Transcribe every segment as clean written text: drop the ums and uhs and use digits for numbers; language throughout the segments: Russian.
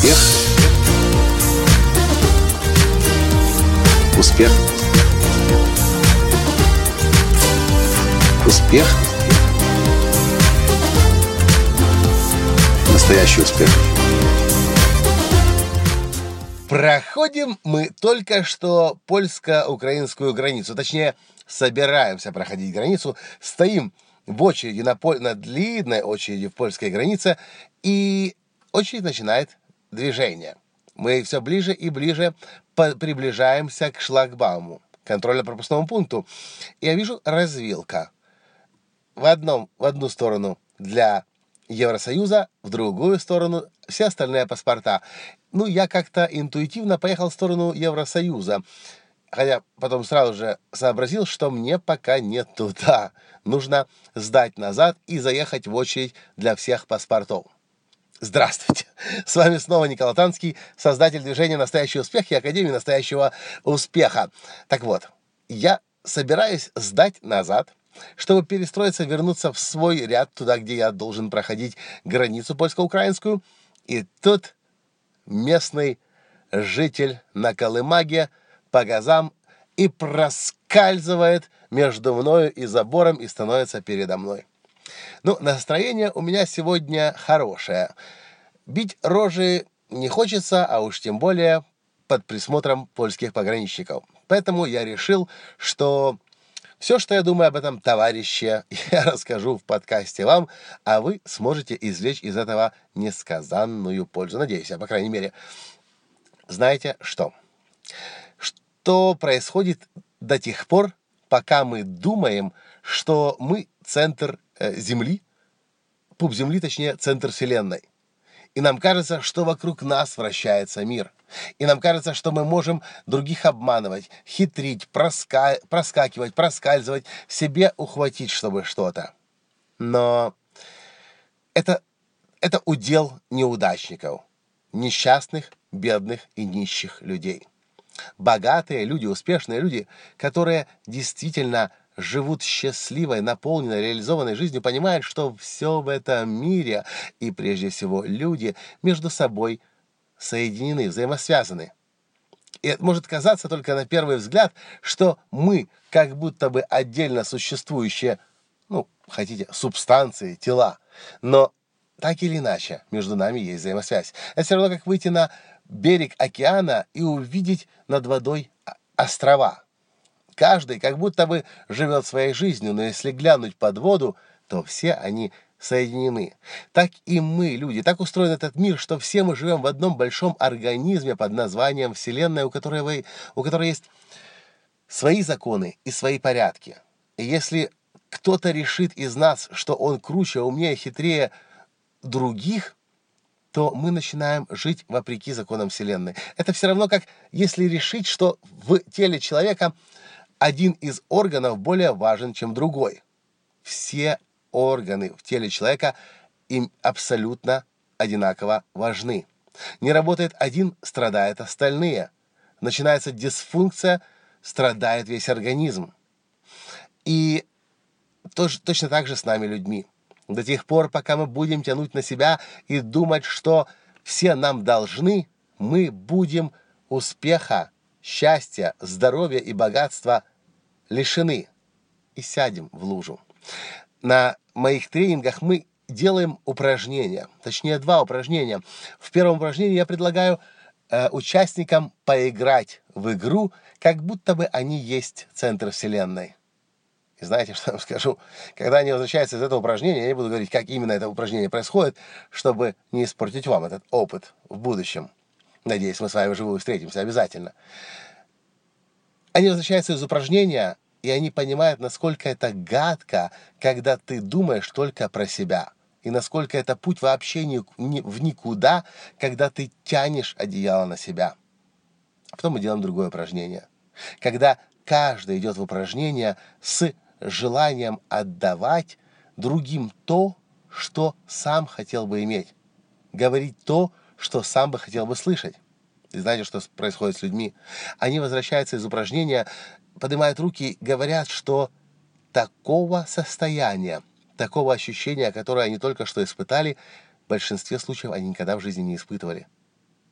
Успех. Успех. Успех. Настоящий успех. Проходим мы только что польско-украинскую границу. Точнее, собираемся проходить границу. Стоим в очереди, на длинной очереди в польской границе, и очередь начинает движение. Мы все ближе и ближе приближаемся к шлагбауму, контрольно-пропускному пункту. Я вижу развилка. В одну сторону для Евросоюза, в другую сторону все остальные паспорта. Я как-то интуитивно поехал в сторону Евросоюза, хотя потом сразу же сообразил, что мне пока не туда. Нужно сдать назад и заехать в очередь для всех паспортов. Здравствуйте! С вами снова Николай Танский, создатель движения «Настоящий успех» и Академии настоящего успеха. Так вот, я собираюсь сдать назад, чтобы перестроиться, вернуться в свой ряд, туда, где я должен проходить границу польско-украинскую. И тут местный житель на колымаге по газам и проскальзывает между мною и забором и становится передо мной. Настроение у меня сегодня хорошее. Бить рожи не хочется, а уж тем более под присмотром польских пограничников. Поэтому я решил, что все, что я думаю об этом товарище, я расскажу в подкасте вам, а вы сможете извлечь из этого несказанную пользу. Надеюсь, по крайней мере. Знаете что? Что происходит до тех пор, пока мы думаем, что мы центр Земли, пуп Земли, точнее, центр Вселенной. И нам кажется, что вокруг нас вращается мир. И нам кажется, что мы можем других обманывать, хитрить, проскакивать, проскальзывать, себе ухватить, чтобы что-то. Но это удел неудачников, несчастных, бедных и нищих людей. Богатые люди, успешные люди, которые действительно живут счастливой, наполненной, реализованной жизнью, понимают, что все в этом мире, и прежде всего люди, между собой соединены, взаимосвязаны. И это может казаться только на первый взгляд, что мы как будто бы отдельно существующие, субстанции, тела. Но так или иначе, между нами есть взаимосвязь. Это все равно, как выйти на берег океана и увидеть над водой острова. Каждый как будто бы живет своей жизнью, но если глянуть под воду, то все они соединены. Так и мы, люди, так устроен этот мир, что все мы живем в одном большом организме под названием Вселенная, у которой есть свои законы и свои порядки. И если кто-то решит из нас, что он круче, умнее, хитрее других, то мы начинаем жить вопреки законам Вселенной. Это все равно, как если решить, что в теле человека один из органов более важен, чем другой. Все органы в теле человека им абсолютно одинаково важны. Не работает один, страдают остальные. Начинается дисфункция, страдает весь организм. И точно так же с нами, людьми. До тех пор, пока мы будем тянуть на себя и думать, что все нам должны, мы будем успеха, счастья, здоровья и богатства лишены и сядем в лужу. На моих тренингах мы делаем упражнения, точнее 2 упражнения. В первом упражнении я предлагаю участникам поиграть в игру, как будто бы они есть центр Вселенной. И знаете, что я вам скажу? Когда они возвращаются из этого упражнения, я не буду говорить, как именно это упражнение происходит, чтобы не испортить вам этот опыт в будущем. Надеюсь, мы с вами вживую встретимся обязательно. Они возвращаются из упражнения, и они понимают, насколько это гадко, когда ты думаешь только про себя. И насколько это путь вообще в никуда, когда ты тянешь одеяло на себя. А потом мы делаем другое упражнение. Когда каждый идет в упражнение с желанием отдавать другим то, что сам хотел бы иметь. Говорить то, что сам бы хотел бы слышать. И знаете, что происходит с людьми? Они возвращаются из упражнения, поднимают руки, говорят, что такого состояния, такого ощущения, которое они только что испытали, в большинстве случаев они никогда в жизни не испытывали.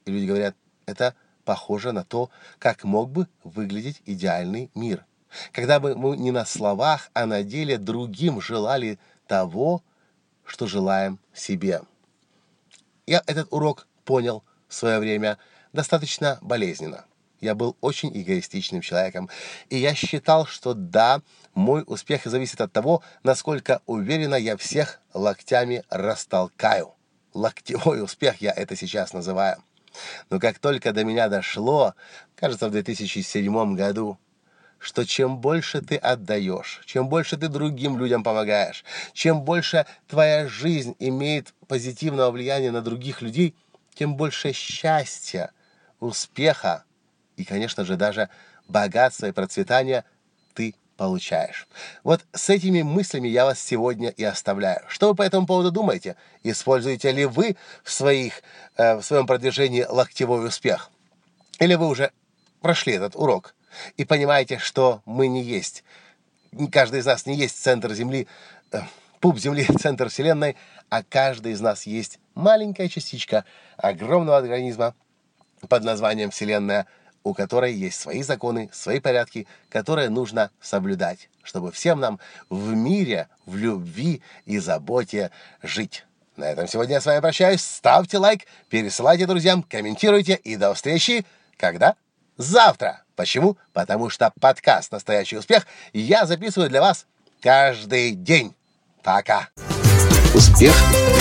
И люди говорят, это похоже на то, как мог бы выглядеть идеальный мир. Когда бы мы не на словах, а на деле другим желали того, что желаем себе. Я этот урок понял в свое время достаточно болезненно. Я был очень эгоистичным человеком, и я считал, что да, мой успех зависит от того, насколько уверенно я всех локтями растолкаю. Локтевой успех я это сейчас называю. Но как только до меня дошло, кажется, в 2007 году, что чем больше ты отдаешь, чем больше ты другим людям помогаешь, чем больше твоя жизнь имеет позитивного влияния на других людей, тем больше счастья, успеха и, конечно же, даже богатства и процветания ты получаешь. Вот с этими мыслями я вас сегодня и оставляю. Что вы по этому поводу думаете? Используете ли вы в своем продвижении локтевой успех? Или вы уже прошли этот урок и понимаете, что мы не есть, каждый из нас не есть центр Земли, пуп Земли, центр Вселенной, а каждый из нас есть маленькая частичка огромного организма под названием Вселенная, у которой есть свои законы, свои порядки, которые нужно соблюдать, чтобы всем нам в мире, в любви и заботе жить. На этом сегодня я с вами прощаюсь. Ставьте лайк, пересылайте друзьям, комментируйте и до встречи. Когда? Завтра. Почему? Потому что подкаст «Настоящий успех» я записываю для вас каждый день. Пока. Успех.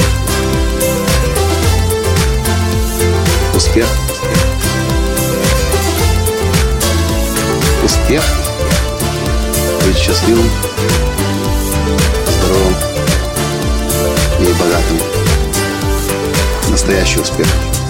Успех. Успех. Быть счастливым, здоровым и богатым. Настоящий успех.